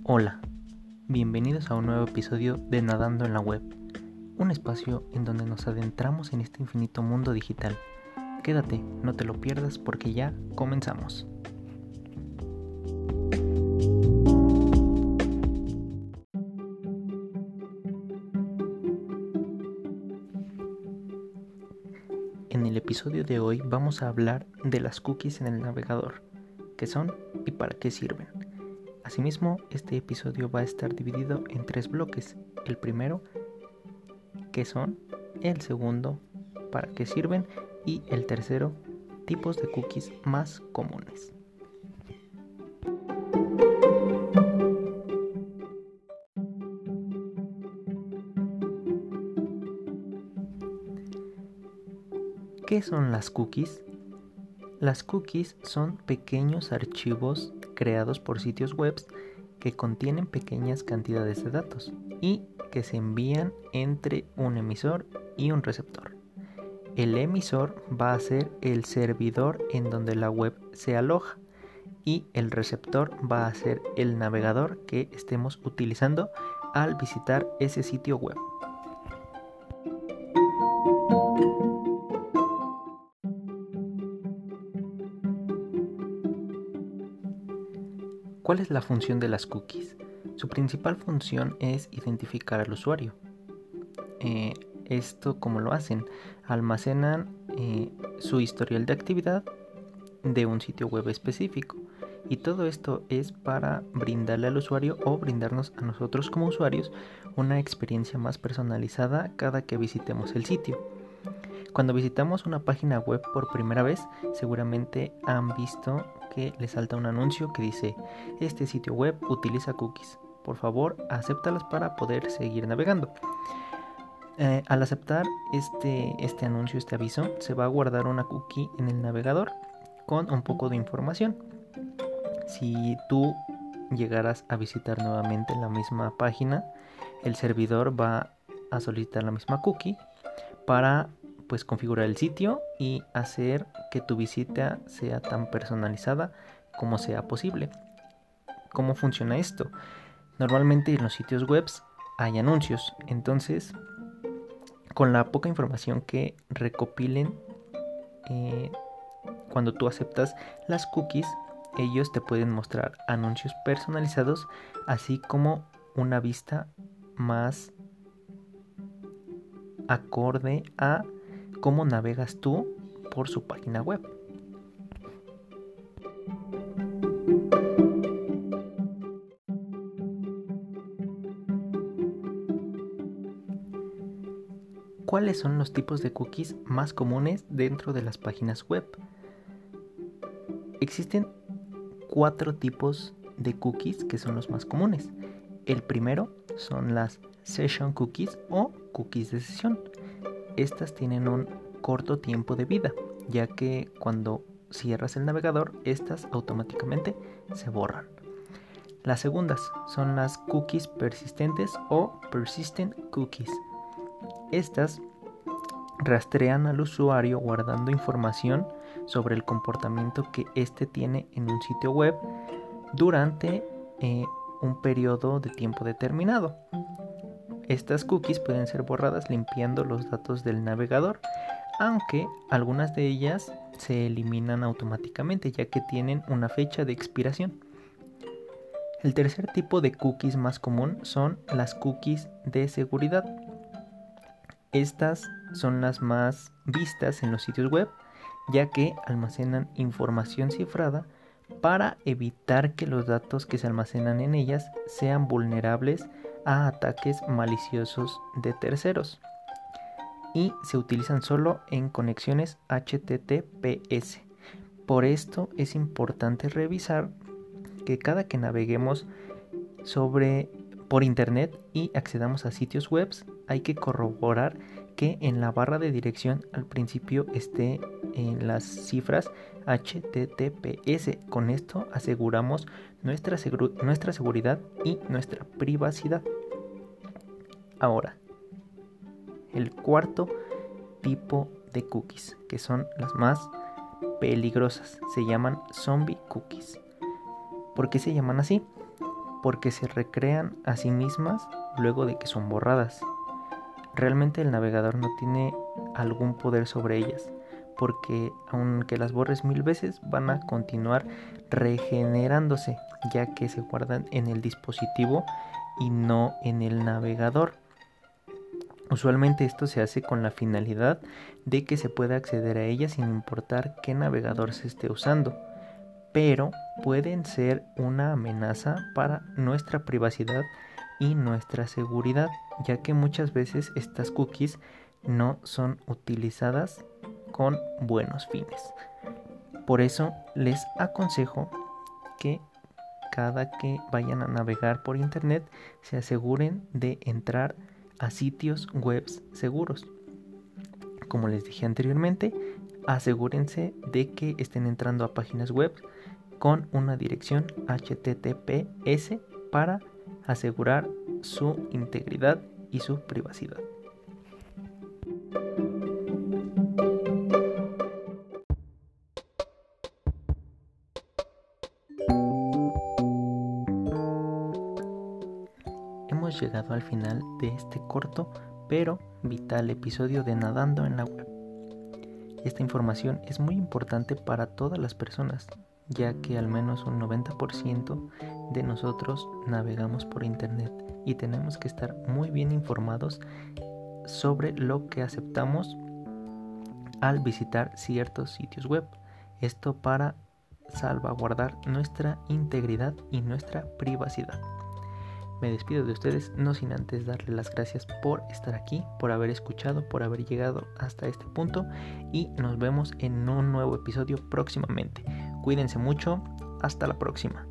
Hola, bienvenidos a un nuevo episodio de Nadando en la Web, un espacio en donde nos adentramos en este infinito mundo digital. Quédate, no te lo pierdas porque ya comenzamos. En el episodio de hoy vamos a hablar de las cookies en el navegador, qué son y para qué sirven. Asimismo, este episodio va a estar dividido en 3 bloques. El primero, qué son; el segundo, para qué sirven; y el tercero, tipos de cookies más comunes. ¿Qué son las cookies? Las cookies son pequeños archivos creados por sitios web que contienen pequeñas cantidades de datos y que se envían entre un emisor y un receptor. El emisor va a ser el servidor en donde la web se aloja y el receptor va a ser el navegador que estemos utilizando al visitar ese sitio web. ¿Cuál es la función de las cookies? Su principal función es identificar al usuario. Esto, ¿cómo lo hacen? Almacenan su historial de actividad de un sitio web específico, y todo esto es para brindarle al usuario o brindarnos a nosotros como usuarios una experiencia más personalizada cada que visitemos el sitio. Cuando visitamos una página web por primera vez, seguramente han visto que les salta un anuncio que dice: este sitio web utiliza cookies, por favor acéptalas para poder seguir navegando. Al aceptar este anuncio, este aviso, se va a guardar una cookie en el navegador con un poco de información. Si tú llegaras a visitar nuevamente la misma página, el servidor va a solicitar la misma cookie para configurar el sitio y hacer que tu visita sea tan personalizada como sea posible. ¿Cómo funciona esto? Normalmente en los sitios web hay anuncios, entonces con la poca información que recopilen cuando tú aceptas las cookies, ellos te pueden mostrar anuncios personalizados, así como una vista más acorde a cómo navegas tú por su página web. ¿Cuáles son los tipos de cookies más comunes dentro de las páginas web? Existen 4 tipos de cookies que son los más comunes. El primero son las session cookies o cookies de sesión. Estas tienen un corto tiempo de vida, ya que cuando cierras el navegador, estas automáticamente se borran. Las segundas son las cookies persistentes o persistent cookies. Estas rastrean al usuario guardando información sobre el comportamiento que éste tiene en un sitio web durante un periodo de tiempo determinado. Estas cookies pueden ser borradas limpiando los datos del navegador, aunque algunas de ellas se eliminan automáticamente ya que tienen una fecha de expiración. El tercer tipo de cookies más común son las cookies de seguridad. Estas son las más vistas en los sitios web, ya que almacenan información cifrada para evitar que los datos que se almacenan en ellas sean vulnerables a ataques maliciosos de terceros, y se utilizan solo en conexiones HTTPS. Por esto es importante revisar que cada que naveguemos por internet y accedamos a sitios web, hay que corroborar que en la barra de dirección al principio esté en las cifras HTTPS. Con esto aseguramos nuestra seguridad y nuestra privacidad. Ahora, el cuarto tipo de cookies, que son las más peligrosas, se llaman zombie cookies. ¿Por qué se llaman así? porque se recrean a sí mismas luego de que son borradas. Realmente el navegador no tiene algún poder sobre ellas, porque aunque las borres 1000 veces van a continuar regenerándose, ya que se guardan en el dispositivo y no en el navegador. Usualmente esto se hace con la finalidad de que se pueda acceder a ellas sin importar qué navegador se esté usando, pero pueden ser una amenaza para nuestra privacidad y nuestra seguridad, ya que muchas veces estas cookies no son utilizadas con buenos fines. Por eso les aconsejo que cada que vayan a navegar por internet se aseguren de entrar a sitios web seguros. Como les dije anteriormente, asegúrense de que estén entrando a páginas web con una dirección HTTPS para asegurar su integridad y su privacidad. Hemos llegado al final de este corto pero vital episodio de Nadando en la Web. Esta información es muy importante para todas las personas, ya que al menos un 90% de nosotros navegamos por internet y tenemos que estar muy bien informados sobre lo que aceptamos al visitar ciertos sitios web. Esto para salvaguardar nuestra integridad y nuestra privacidad. Me despido de ustedes, no sin antes darles las gracias por estar aquí, por haber escuchado, por haber llegado hasta este punto, y nos vemos en un nuevo episodio próximamente. Cuídense mucho, hasta la próxima.